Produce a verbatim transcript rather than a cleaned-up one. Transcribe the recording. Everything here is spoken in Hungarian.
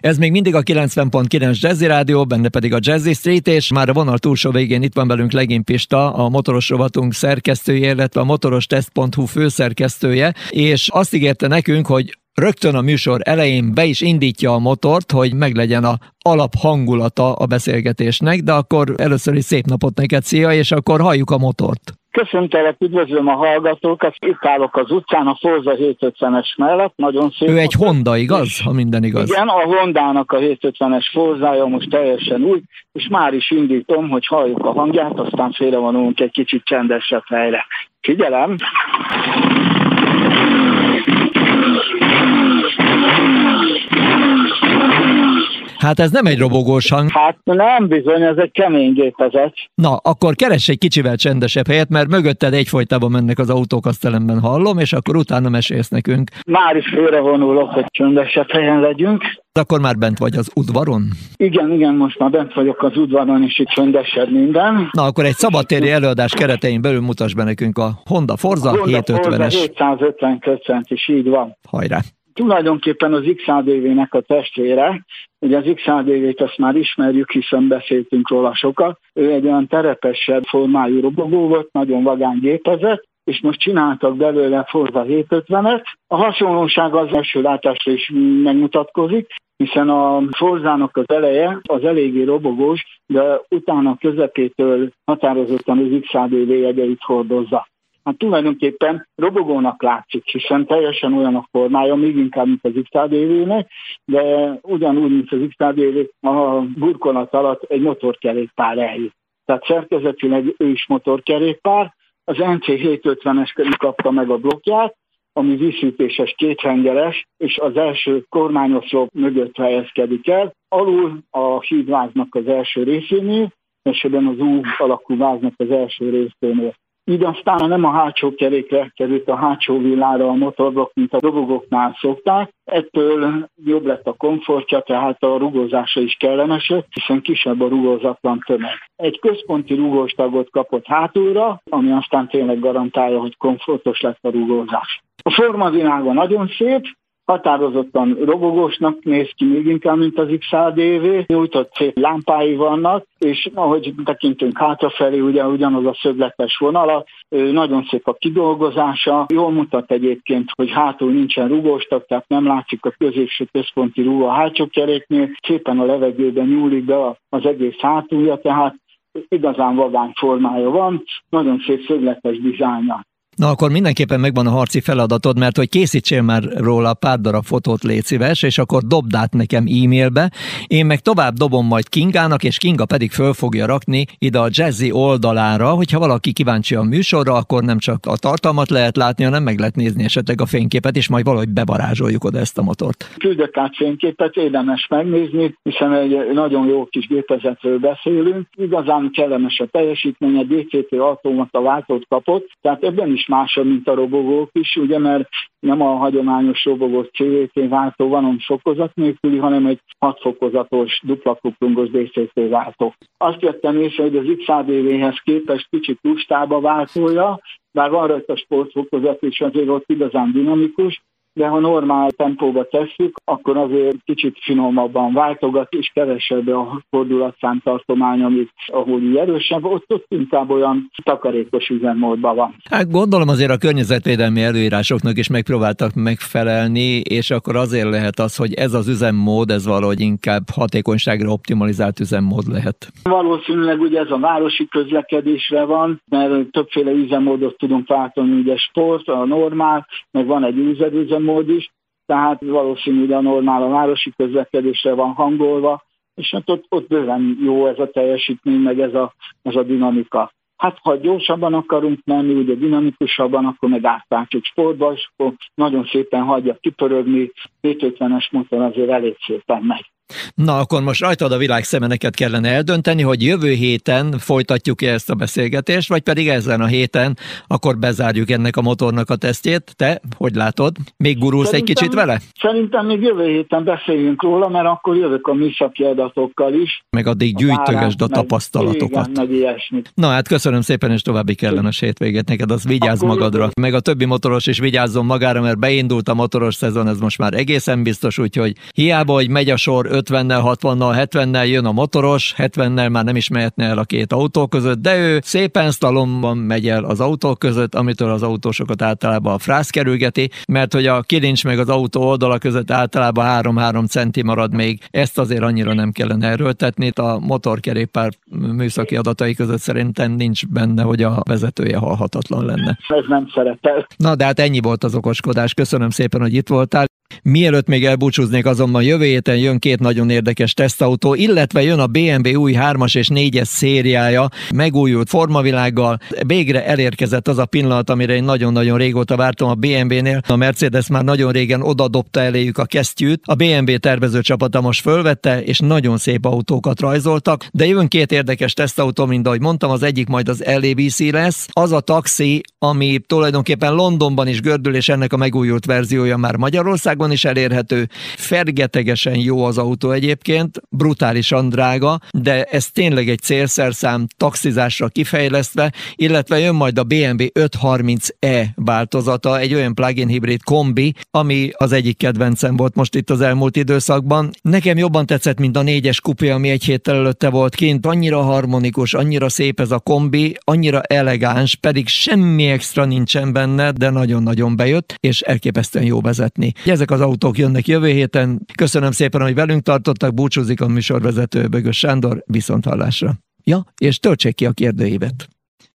Ez még mindig a kilencven pont kilenc Jazzy Rádió, benne pedig a Jazzy Street, és már a vonal túlsó végén itt van velünk Legény Pista, a motoros rovatunk szerkesztője, illetve a motorosteszt pont hu főszerkesztője, és azt ígérte nekünk, hogy rögtön a műsor elején be is indítja a motort, hogy meglegyen a alaphangulata a beszélgetésnek, de akkor először is szép napot neked, szia, és akkor halljuk a motort. Köszöntelek, üdvözlöm a hallgatókat, itt állok az utcán a Forza hétszázötvenes mellett, nagyon szép. Ő egy Honda, igaz? Ha minden igaz. Igen, a Hondának a hétszázötvenes Forzája most teljesen új, és már is indítom, hogy halljuk a hangját, aztán félrevonulunk egy kicsit csendesebb helyre. Figyelem! Hát ez nem egy robogós hang. Hát nem bizony, ez egy kemény gépezet. Na, akkor keress egy kicsivel csendesebb helyet, mert mögötted egyfolytában mennek az autók, azt elemben hallom, és akkor utána mesélsz nekünk. Már is félrevonulok, hogy csendesebb helyen legyünk. Akkor már bent vagy az udvaron? Igen, igen, most már bent vagyok az udvaron, és itt csendesebb minden. Na, akkor egy szabadtéri előadás keretein belül mutass be nekünk a Honda Forza Honda hétszázötvenes. Forza hétszázötven köszönt, és így van. Hajrá! Tulajdonképpen az iksz á dé vé-nek a testvére, ugye az iksz á dé vét azt már ismerjük, hiszen beszéltünk róla sokat. Ő egy olyan terepesebb formájú robogó volt, nagyon vagány gépezet, és most csináltak belőle Forza hétszázötvenet. A hasonlóság az első látásra is megmutatkozik, hiszen a Forzának az eleje az eléggé robogós, de utána a közepétől határozottan az iksz á dé vé jegyeit hordozza. Hát tulajdonképpen robogónak látszik, hiszen teljesen olyan a formája, még inkább, mint az iksz á dé vé-nek, de ugyanúgy, mint az iksz á dé vé, a burkolat alatt egy motorkerékpár eljut. Tehát szerkezetileg ő is motorkerékpár, az en cé hétszázötvenes kapta meg a blokkját, ami vízhűtéses kéthengeres, és az első kormányoszlop mögött helyezkedik el. Alul a hídváznak az első részénél, esetben az U alakú váznak az első részénél. Így aztán nem a hátsó kerékre került a hátsó villára a motorblokk, mint a robogóknál szokták. Ettől jobb lett a komfortja, tehát a rugózása is kellemesebb, hiszen kisebb a rugózatlan tömeg. Egy központi rugós tagot kapott hátulra, ami aztán tényleg garantálja, hogy komfortos lesz a rugózás. A formavilága nagyon szép, határozottan robogósnak néz ki még inkább, mint az iksz á dé vé. Nyújtott szép lámpái vannak, és ahogy tekintünk hátrafelé, ugye ugyanaz a szögletes vonala, nagyon szép a kidolgozása. Jól mutat egyébként, hogy hátul nincsen rugóstag, tehát nem látszik a középső központi rúgó a hátsó keréknél. Szépen a levegőben nyúlik be az egész hátulja, tehát igazán vagány formája van, nagyon szép szögletes dizájnja. Na akkor mindenképpen megvan a harci feladatod, mert hogy készítsél már róla pár darab fotót, légy szíves, és akkor dobd át nekem e-mailbe. Én meg tovább dobom majd Kingának, és Kinga pedig föl fogja rakni ide a Jazzy oldalára, hogyha valaki kíváncsi a műsorra, akkor nem csak a tartalmat lehet látni, hanem meg lehet nézni esetleg a fényképet, és majd valahogy bevarázsoljuk oda ezt a motort. Küldök át fényképet, érdemes megnézni, hiszen egy nagyon jó kis gépezetről beszélünk. Igazán kellemes a teljesítménye, dé cé té automata váltót kapott, tehát ebben is másabb, mint a robogók is, ugye, mert nem a hagyományos robogós cé vé té váltó van, hanem fokozat nélküli, hanem egy hat fokozatos dupla kuplungos dé cé té váltó. Azt vettem észre, hogy az iksz á dé vé-hez képest kicsit lustább a váltója, bár van rajta sportfokozat, és azért ott igazán dinamikus, de ha normál tempóba tesszük, akkor azért kicsit finomabban váltogat, és kevesebb a fordulatszám tartomány, amit ahol így erősebb, ott, ott inkább olyan takarékos üzemmódban van. Hát gondolom azért a környezetvédelmi előírásoknak is megpróbáltak megfelelni, és akkor azért lehet az, hogy ez az üzemmód, ez valahogy inkább hatékonyságra optimalizált üzemmód lehet. Valószínűleg ugye ez a városi közlekedésre van, mert többféle üzemmódot tudunk váltani, ugye sport, a normál, meg van egy user üzemmód is, tehát valószínűleg a normál a városi közlekedésre van hangolva, és hát ott, ott bőven jó ez a teljesítmény, meg ez a, ez a dinamika. Hát ha gyorsabban akarunk menni, ugye dinamikusabban, akkor meg átváltjuk sportba, és akkor nagyon szépen hagyja kipörögni, hétszázötvenes motor azért elég szépen megy. Na, akkor most rajtad a világ szeme, neked kellene eldönteni, hogy jövő héten folytatjuk-e ezt a beszélgetést, vagy pedig ezen a héten akkor bezárjuk ennek a motornak a tesztjét. Te, hogy látod? Még gurulsz szerintem, egy kicsit vele? Szerintem még jövő héten beszéljünk róla, mert akkor jövök a műszaki adatokkal is. Meg addig gyűjtögesd a, a tapasztalatokat. Igen, meg ilyesmit. Na hát köszönöm szépen, és további kellemes hétvégét neked, az vigyázz akkor magadra. Jövő. Meg a többi motoros is vigyázzon magára, mert beindult a motoros szezon, ez most már egész egészen biztos, úgyhogy hiába, hogy megy a sor ötvennel, hatvannal, hetvennel, jön a motoros, hetvennel már nem is mehetne el a két autó között, de ő szépen szlalomban megy el az autók között, amitől az autósokat általában a frász kerülgeti, mert hogy a kilincs meg az autó oldala között általában három-három centi marad még, ezt azért annyira nem kellene erőltetni, a motorkerékpár műszaki adatai között szerintem nincs benne, hogy a vezetője halhatatlan lenne. Ez nem szerepel. Na, de hát ennyi volt az okoskodás. Köszönöm szépen, hogy itt voltál. Mielőtt még elbúcsúznék, azonban jövő héten jön két nagyon érdekes tesztautó, illetve jön a bé em vé új hármas és négyes szériája, megújult formavilággal. Végre elérkezett az a pillanat, amire én nagyon-nagyon régóta vártam a bé em vé-nél. A Mercedes már nagyon régen oda dobta eléjük a kesztyűt. A bé em vé tervezőcsapata most fölvette, és nagyon szép autókat rajzoltak, de jön két érdekes tesztautó, mint ahogy mondtam, az egyik majd az el á vé cé lesz. Az a taxi, ami tulajdonképpen Londonban is gördül, és ennek a megújult verziója már Magyarországon is elérhető. Fergetegesen jó az autó egyébként, brutálisan drága, de ez tényleg egy célszerszám taxizásra kifejlesztve, illetve jön majd a bé em vé ötszázharminc e változata, egy olyan plug-in hibrid kombi, ami az egyik kedvencem volt most itt az elmúlt időszakban. Nekem jobban tetszett, mint a négyes kupé, ami egy héttel előtte volt kint. Annyira harmonikus, annyira szép ez a kombi, annyira elegáns, pedig semmi extra nincsen benne, de nagyon-nagyon bejött, és elképesztően jó vezetni. Ezek az autók jönnek jövő héten. Köszönöm szépen, hogy velünk tartottak, búcsúzik a műsorvezető Bögös Sándor, viszonthallásra. Ja, és töltsék ki a kérdőívet.